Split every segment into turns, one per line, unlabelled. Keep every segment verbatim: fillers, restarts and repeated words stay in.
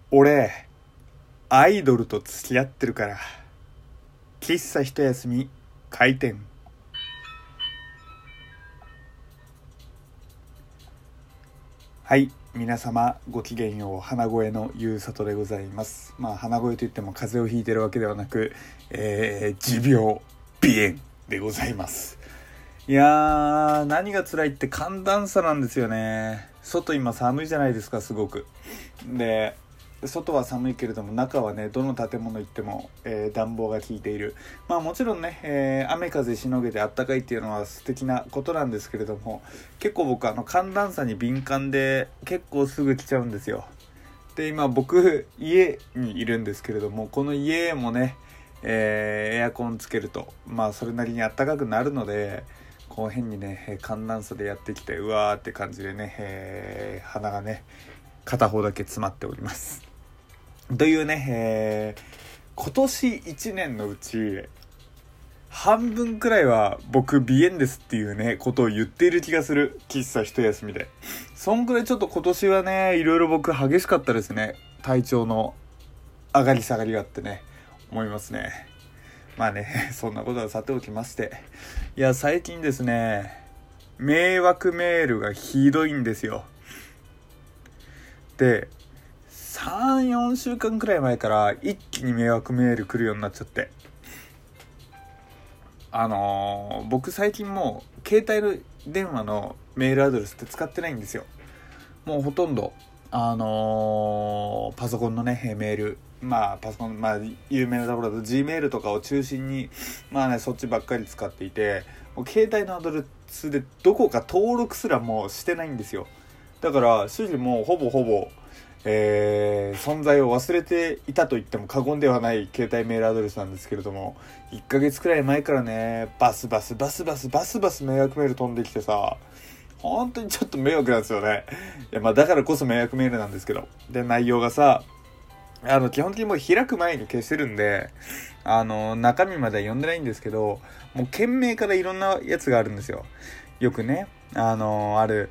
俺アイドルと付き合ってるから。喫茶一休み開店。はい、皆様ごきげんよう。花声のゆうさとでございます。まあ花声といっても風邪をひいてるわけではなく、えー、持病鼻炎でございます。いやー、何が辛いって寒暖差なんですよね。外今寒いじゃないですか、すごく。で外は寒いけれども中はね、どの建物行っても、えー、暖房が効いている。まあもちろんね、えー、雨風しのげてあったかいっていうのは素敵なことなんですけれども、結構僕あの寒暖差に敏感で結構すぐ来ちゃうんですよ。で今僕家にいるんですけれども、この家もね、えー、エアコンつけるとまあそれなりにあったかくなるので、この辺にね寒暖差でやってきてうわーって感じでね、えー、鼻がね片方だけ詰まっておりますというね、えー、今年いちねんのうち半分くらいは僕鼻炎ですっていうねことを言っている気がする。喫茶一休みで。そんくらいちょっと今年はね、いろいろ僕激しかったですね。体調の上がり下がりがあってね、思いますね。まあね、そんなことはさておきまして、いや最近ですね、迷惑メールがひどいんですよ。でさん、よんしゅうかんくらい前から一気に迷惑メール来るようになっちゃって、あのー、僕最近もう携帯電話のメールアドレスって使ってないんですよ。もうほとんどあのー、パソコンのねメール、まあパソコン、まあ有名なところだと Gmail とかを中心にまあねそっちばっかり使っていて、もう携帯のアドレスでどこか登録すらもうしてないんですよ。だから正直もうほぼほぼえー、存在を忘れていたと言っても過言ではない携帯メールアドレスなんですけれども、いっかげつくらい前からねバスバスバスバスバスバス迷惑メール飛んできてさ、本当にちょっと迷惑なんですよね。いやまあだからこそ迷惑メールなんですけど、で内容がさ、あの基本的にもう開く前に消してるんで、あの中身までは読んでないんですけど、もう件名からいろんなやつがあるんですよ。よくねあのある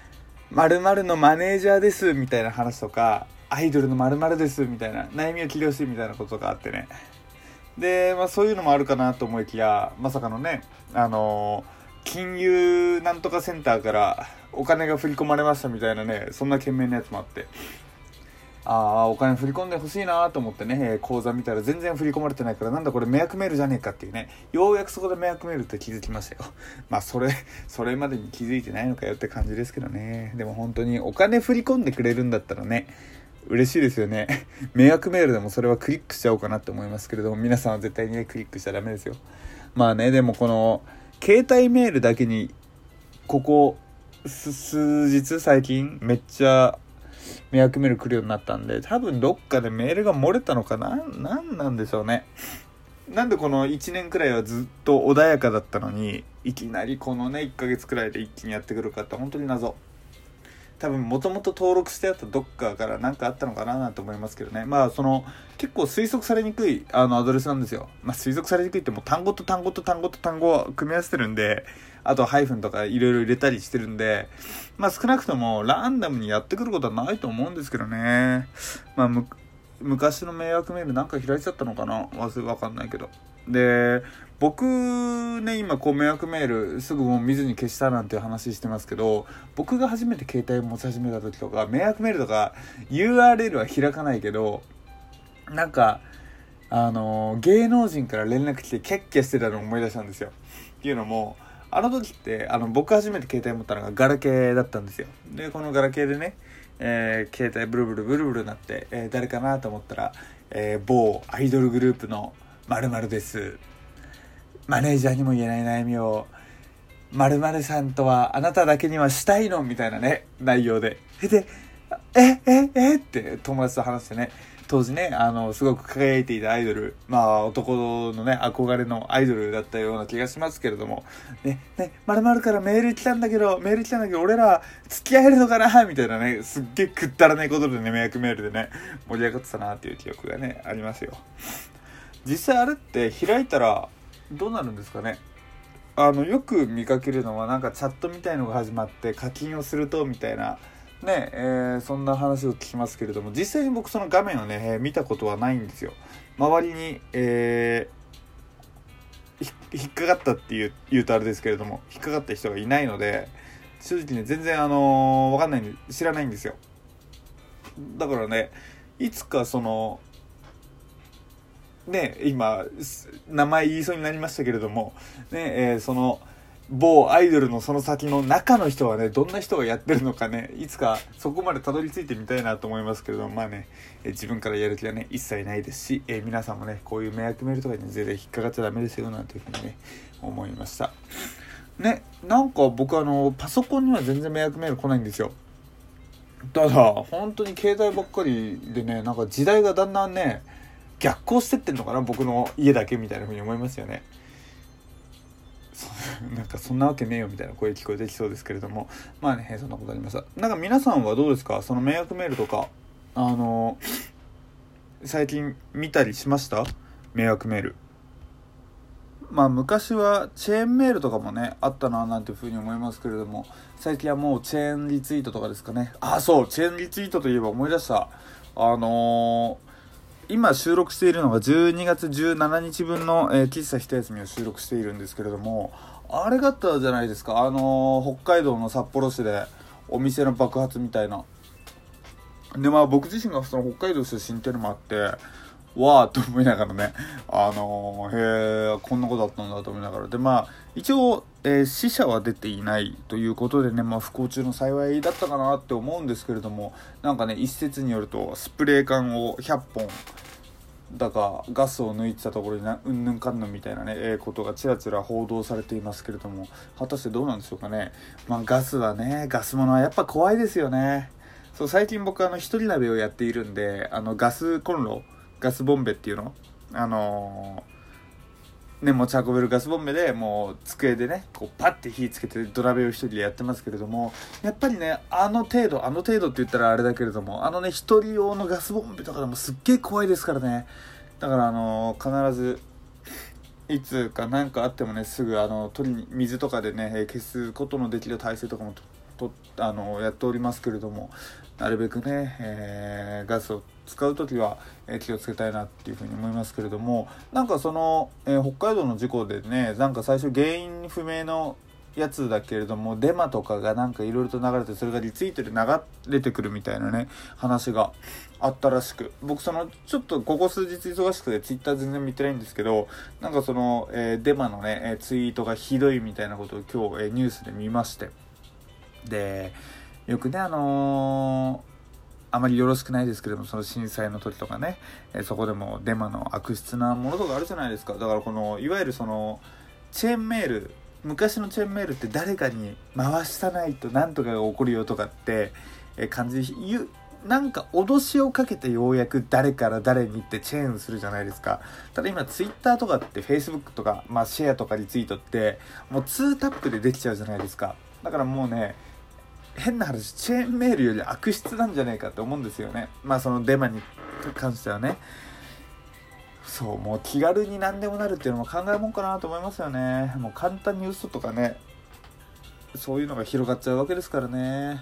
〇〇のマネージャーですみたいな話とか、アイドルの〇〇ですみたいな、悩みを切りほしいみたいなことがあってね。で、まあそういうのもあるかなと思いきや、まさかのね、あのー、金融なんとかセンターからお金が振り込まれましたみたいなね、そんな件名のやつもあって、ああお金振り込んでほしいなと思ってね、口座見たら全然振り込まれてないから、なんだこれ迷惑メールじゃねえかっていうね、ようやくそこで迷惑メールって気づきましたよ。まあそれそれまでに気づいてないのかよって感じですけどね。でも本当にお金振り込んでくれるんだったらね嬉しいですよね。迷惑メールでもそれはクリックしちゃおうかなって思いますけれども、皆さんは絶対にねクリックしちゃダメですよ。まあね、でもこの携帯メールだけにここ数日最近めっちゃ迷惑メール来るようになったんで、多分どっかでメールが漏れたのかな、なんなんでしょうね。なんでこのいちねんくらいはずっと穏やかだったのに、いきなりこのねいっかげつくらいで一気にやってくるかって本当に謎。多分もともと登録してあったどっかから何かあったのかななんて思いますけどね。まあその結構推測されにくいあのアドレスなんですよ。まあ推測されにくいってもう単語と単語と単語と単語を組み合わせてるんで、あとハイフンとかいろいろ入れたりしてるんで、まあ少なくともランダムにやってくることはないと思うんですけどね。まあむ昔の迷惑メールなんか開いちゃったのかな、忘れわかんないけど。で僕ね今こう迷惑メールすぐもう見ずに消したなんていう話してますけど、僕が初めて携帯持ち始めた時とか迷惑メールとか ユーアールエル は開かないけど、なんかあのー、芸能人から連絡来てキャッキャしてたのを思い出したんですよ。っていうのもあの時ってあの僕初めて携帯持ったのがガラケーだったんですよ。でこのガラケーでね、えー、携帯ブルブルブルブルなって、えー、誰かなと思ったら、えー、某アイドルグループの〇〇です、マネージャーにも言えない悩みを〇〇さんとはあなただけにはしたいのみたいなね内容で、でえええって友達と話してね、当時ねあのすごく輝いていたアイドル、まあ男のね憧れのアイドルだったような気がしますけれどもね、ね〇〇からメール来たんだけどメール来たんだけど俺ら付き合えるのかなみたいなね、すっげえくったらないことでね迷惑メールでね盛り上がってたなっていう記憶がねありますよ。実際あれって開いたらどうなるんですかね。あのよく見かけるのはなんかチャットみたいのが始まって課金をするとみたいなねえー、そんな話を聞きますけれども、実際に僕その画面をね、えー、見たことはないんですよ。周りに、えー、引っかかったっていう言うとあれですけれども、引っかかった人がいないので、正直ね全然あのー、わかんないんで知らないんですよ。だからね、いつかそのね今名前言いそうになりましたけれどもね、えー、その某アイドルのその先の中の人はねどんな人がやってるのかね、いつかそこまでたどり着いてみたいなと思いますけれども、まあね、えー、自分からやる気はね一切ないですし、えー、皆さんもねこういう迷惑メールとかに全然引っかかっちゃダメですよなんていうふうにね思いましたね。なんか僕あのパソコンには全然迷惑メール来ないんですよ。ただ本当に携帯ばっかりでね、なんか時代がだんだんね逆行してってんのかな、僕の家だけみたいな風に思いますよね。なんかそんなわけねえよみたいな声聞こえてきそうですけれども、まあねそんなことありました。なんか皆さんはどうですか、その迷惑メールとかあの最近見たりしました？迷惑メール。まあ昔はチェーンメールとかもねあったななんていうふうに思いますけれども、最近はもうチェーンリツイートとかですかね。あ、そうチェーンリツイートといえば思い出した。あのー今収録しているのがじゅうにがつじゅうしちにちぶんの、えー、喫茶一休みを収録しているんですけれども、あれがあったじゃないですか、あのー、北海道の札幌市でお店の爆発みたいな。でまあ僕自身がその北海道出身っていうのもあって、わーと思いながらね、あのー、へーこんなことだったんだと思いながら、でまあ一応、えー、死者は出ていないということでね、まあ不幸中の幸いだったかなって思うんですけれども、なんかね一説によるとスプレー缶をひゃっぽんだかガスを抜いてたところになうんぬんかんぬんみたいなね、えー、ことがちらちら報道されていますけれども、果たしてどうなんでしょうかね。まあガスはね、ガスものはやっぱ怖いですよね。そう最近僕あの一人鍋をやっているんで、あのガスコンロ、ガスボンベっていうの、あのー、ね持ち運べるガスボンベでもう机でねこうパッて火つけて土鍋を一人でやってますけれども、やっぱりねあの程度あの程度って言ったらあれだけれども、あのね一人用のガスボンベとかでもすっげえ怖いですからね。だからあのー、必ずいつか何かあってもねすぐあの取りに水とかでね消すことのできる体制とかもととあのやっておりますけれども、なるべくね、えー、ガスを使うときは、えー、気をつけたいなっていうふうに思いますけれども、なんかその、えー、北海道の事故でね、なんか最初原因不明のやつだけれどもデマとかがなんかいろいろと流れて、それがリツイートで流れてくるみたいなね話があったらしく、僕そのちょっとここ数日忙しくてツイッター全然見てないんですけど、なんかその、えー、デマのねツイートがひどいみたいなことを今日、えー、ニュースで見まして、でよくねあのーあまりよろしくないですけども、その震災の時とかね、えー、そこでもデマの悪質なものとかあるじゃないですか。だからこのいわゆるそのチェーンメール、昔のチェーンメールって誰かに回したないとなんとかが起こるよとかって、えー、感じで言う、なんか脅しをかけてようやく誰から誰にってチェーンするじゃないですか。ただ今ツイッターとかってフェイスブックとか、まあ、シェアとかリツイートってもうツータップでできちゃうじゃないですか。だからもうね変な話、チェーンメールより悪質なんじゃないかって思うんですよね。まあそのデマに関してはね。そうもう気軽に何でもなるっていうのも考えもんかなと思いますよね。もう簡単に嘘とかね、そういうのが広がっちゃうわけですからね。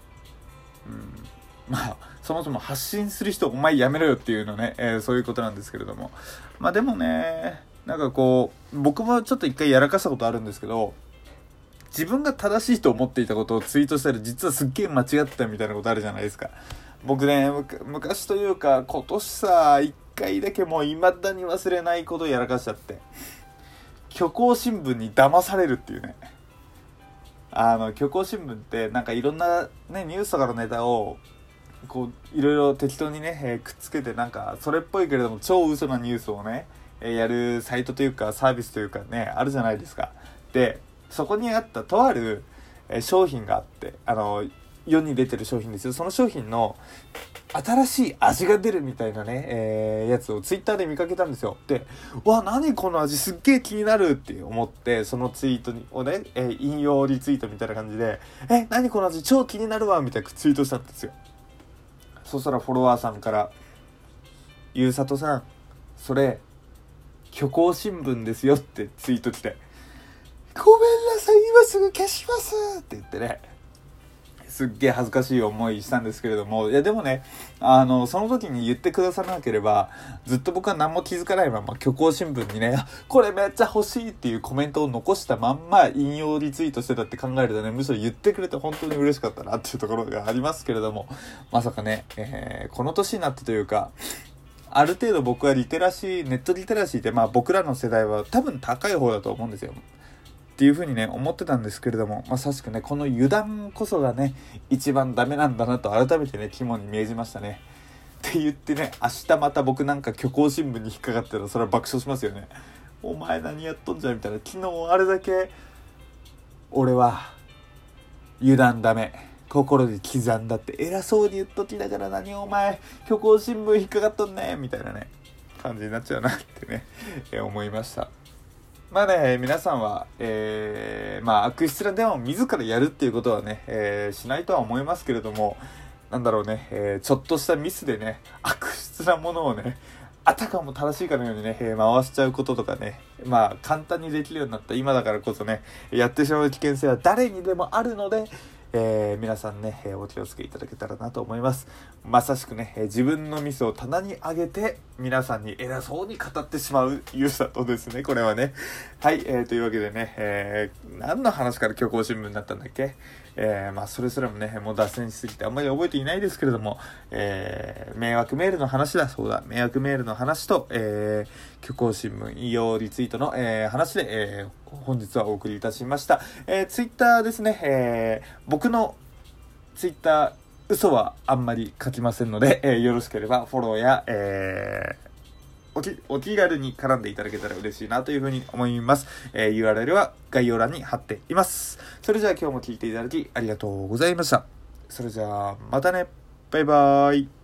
うん、まあそもそも発信する人お前やめろよっていうのね、えー、そういうことなんですけれども、まあでもね、なんかこう僕もちょっと一回やらかしたことあるんですけど、自分が正しいと思っていたことをツイートしたら実はすっげえ間違ってたみたいなことあるじゃないですか。僕ね昔というか今年さ一回だけもう未だに忘れないことをやらかしちゃって、虚構新聞に騙されるっていうね。あの虚構新聞ってなんかいろんなねニュースとかのネタをこういろいろ適当にね、えー、くっつけて、なんかそれっぽいけれども超嘘なニュースをね、えー、やるサイトというかサービスというかねあるじゃないですか。でそこにあったとある、えー、商品があって、あの世に出てる商品ですよ。その商品の新しい味が出るみたいなね、えー、やつをツイッターで見かけたんですよ。で、わ、何この味すっげえ気になるって思って、そのツイートをね、えー、引用リツイートみたいな感じで、え、何この味超気になるわみたいなツイートしたんですよ。そしたらフォロワーさんから、ゆうさとさん、それ、虚構新聞ですよってツイート来て、ごめんなさい、今すぐ消しますって言ってね、 すっげえ恥ずかしい思いしたんですけれども、いやでもね、あのその時に言ってくださらなければずっと僕は何も気づかないまま虚構新聞にね、これめっちゃ欲しいっていうコメントを残したまんま引用リツイートしてたって考えるとね、むしろ言ってくれて本当に嬉しかったなっていうところがありますけれども、まさかね、えー、この年になってというか、ある程度僕はリテラシー、ネットリテラシーってまあ僕らの世代は多分高い方だと思うんですよっていう風にね思ってたんですけれども、まさしくねこの油断こそがね一番ダメなんだなと改めてね肝に銘じましたね。って言ってね、明日また僕なんか虚構新聞に引っかかったらそれは爆笑しますよね。お前何やっとんじゃんみたいな。昨日あれだけ俺は油断ダメ、心で刻んだって偉そうに言っときながら、何お前虚構新聞引っかかっとんねみたいなね感じになっちゃうなってね、えー、思いました。まあね、皆さんは、えー、まあ悪質な電話を自らやるっていうことはね、えー、しないとは思いますけれども、なんだろうね、えー、ちょっとしたミスでね、悪質なものをね、あたかも正しいかのようにね、えー、回しちゃうこととかね、まあ簡単にできるようになった今だからこそね、やってしまう危険性は誰にでもあるので、えー、皆さんね、えー、お気をつけいただけたらなと思います。まさしくね、えー、自分のミスを棚に上げて皆さんに偉そうに語ってしまう勇者とですね、これはね。はい、えー、というわけでね、えー、何の話から虚構新聞になったんだっけ。えー、まあそれすらもねもう脱線しすぎてあんまり覚えていないですけれども、えー、迷惑メールの話だそうだ迷惑メールの話と、えー、虚構新聞引用リツイートの、えー、話で、えー、本日はお送りいたしました。えー、ツイッターですね、えー、僕のツイッター嘘はあんまり書きませんので、えー、よろしければフォローや、えーおき、お気軽に絡んでいただけたら嬉しいなというふうに思います。えー、ユーアールエル は概要欄に貼っています。それじゃあ今日も聞いていただきありがとうございました。それじゃあまたね。バイバーイ。